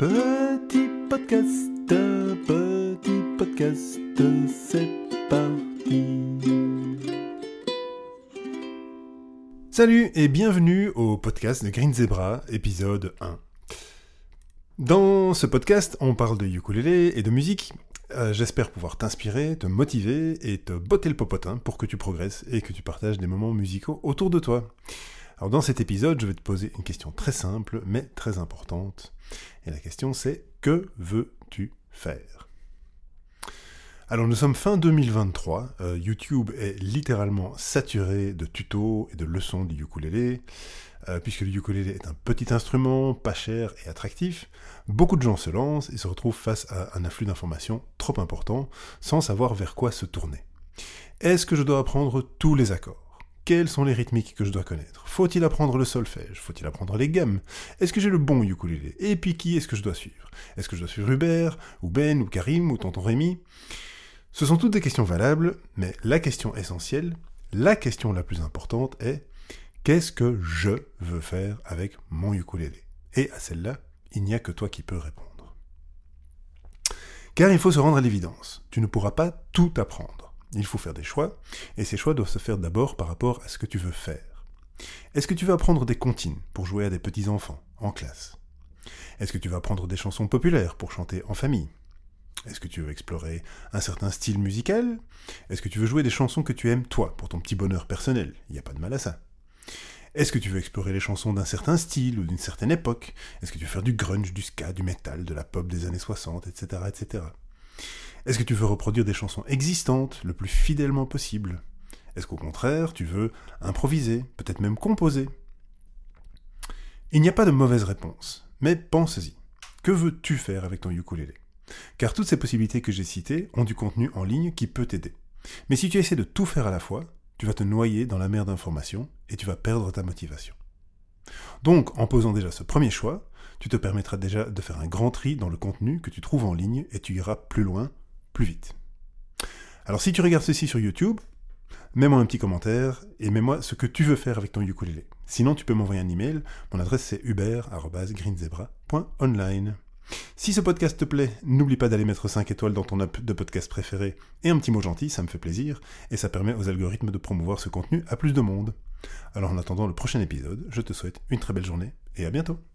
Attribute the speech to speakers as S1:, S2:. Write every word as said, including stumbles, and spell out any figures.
S1: Petit podcast, petit podcast, c'est parti. Salut et bienvenue au podcast de Green Zebra, épisode un. Dans ce podcast, on parle de ukulélé et de musique. Euh, j'espère pouvoir t'inspirer, te motiver et te botter le popotin pour que tu progresses et que tu partages des moments musicaux autour de toi. Alors dans cet épisode, je vais te poser une question très simple mais très importante. Et la question c'est, que veux-tu faire ? Alors nous sommes fin deux mille vingt-trois, euh, YouTube est littéralement saturé de tutos et de leçons du ukulélé, euh, puisque le ukulélé est un petit instrument, pas cher et attractif. Beaucoup de gens se lancent et se retrouvent face à un afflux d'informations trop important, sans savoir vers quoi se tourner. Est-ce que je dois apprendre tous les accords ? Quelles sont les rythmiques que je dois connaître ? Faut-il apprendre le solfège ? Faut-il apprendre les gammes ? Est-ce que j'ai le bon ukulélé ? Et puis qui est-ce que je dois suivre ? Est-ce que je dois suivre Hubert, ou Ben, ou Karim, ou Tonton Rémi ? Ce sont toutes des questions valables, mais la question essentielle, la question la plus importante est « Qu'est-ce que je veux faire avec mon ukulélé ?» Et à celle-là, il n'y a que toi qui peux répondre. Car il faut se rendre à l'évidence, tu ne pourras pas tout apprendre. Il faut faire des choix, et ces choix doivent se faire d'abord par rapport à ce que tu veux faire. Est-ce que tu veux apprendre des comptines pour jouer à des petits-enfants, en classe ? Est-ce que tu veux apprendre des chansons populaires pour chanter en famille ? Est-ce que tu veux explorer un certain style musical ? Est-ce que tu veux jouer des chansons que tu aimes, toi, pour ton petit bonheur personnel ? Il n'y a pas de mal à ça. Est-ce que tu veux explorer les chansons d'un certain style ou d'une certaine époque ? Est-ce que tu veux faire du grunge, du ska, du metal, de la pop des années soixante, et cetera, et cetera. Est-ce que tu veux reproduire des chansons existantes le plus fidèlement possible ? Est-ce qu'au contraire, tu veux improviser, peut-être même composer ? Il n'y a pas de mauvaise réponse, mais pense-y. Que veux-tu faire avec ton ukulélé ? Car toutes ces possibilités que j'ai citées ont du contenu en ligne qui peut t'aider. Mais si tu essaies de tout faire à la fois, tu vas te noyer dans la mer d'informations et tu vas perdre ta motivation. Donc, en posant déjà ce premier choix, tu te permettras déjà de faire un grand tri dans le contenu que tu trouves en ligne et tu iras plus loin, plus vite. Alors si tu regardes ceci sur YouTube, mets-moi un petit commentaire et mets-moi ce que tu veux faire avec ton ukulélé. Sinon, tu peux m'envoyer un email. Mon adresse c'est hubert arobase greenzebra point online. Si ce podcast te plaît, n'oublie pas d'aller mettre cinq étoiles dans ton app de podcast préféré et un petit mot gentil, ça me fait plaisir, et ça permet aux algorithmes de promouvoir ce contenu à plus de monde. Alors en attendant le prochain épisode, je te souhaite une très belle journée et à bientôt.